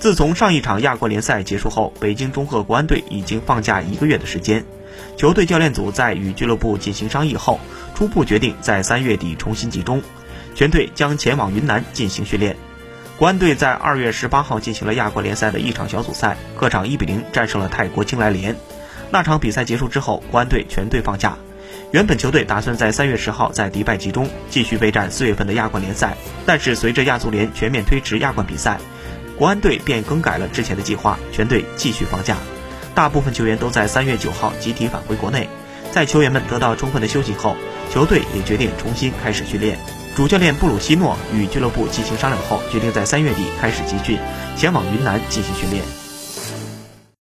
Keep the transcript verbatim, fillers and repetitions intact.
自从上一场亚冠联赛结束后，北京中赫国安队已经放假一个月的时间。球队教练组在与俱乐部进行商议后，初步决定在三月底重新集中，全队将前往云南进行训练。国安队在二月十八号进行了亚冠联赛的一场小组赛，客场一比零战胜了泰国青莱联。那场比赛结束之后，国安队全队放假。原本球队打算在三月十号在迪拜集中，继续备战四月份的亚冠联赛，但是随着亚足联全面推迟亚冠比赛，国安队便更改了之前的计划，全队继续放假。大部分球员都在三月九号集体返回国内。在球员们得到充分的休息后，球队也决定重新开始训练。主教练布鲁西诺与俱乐部进行商量后，决定在三月底开始集训，前往云南进行训练。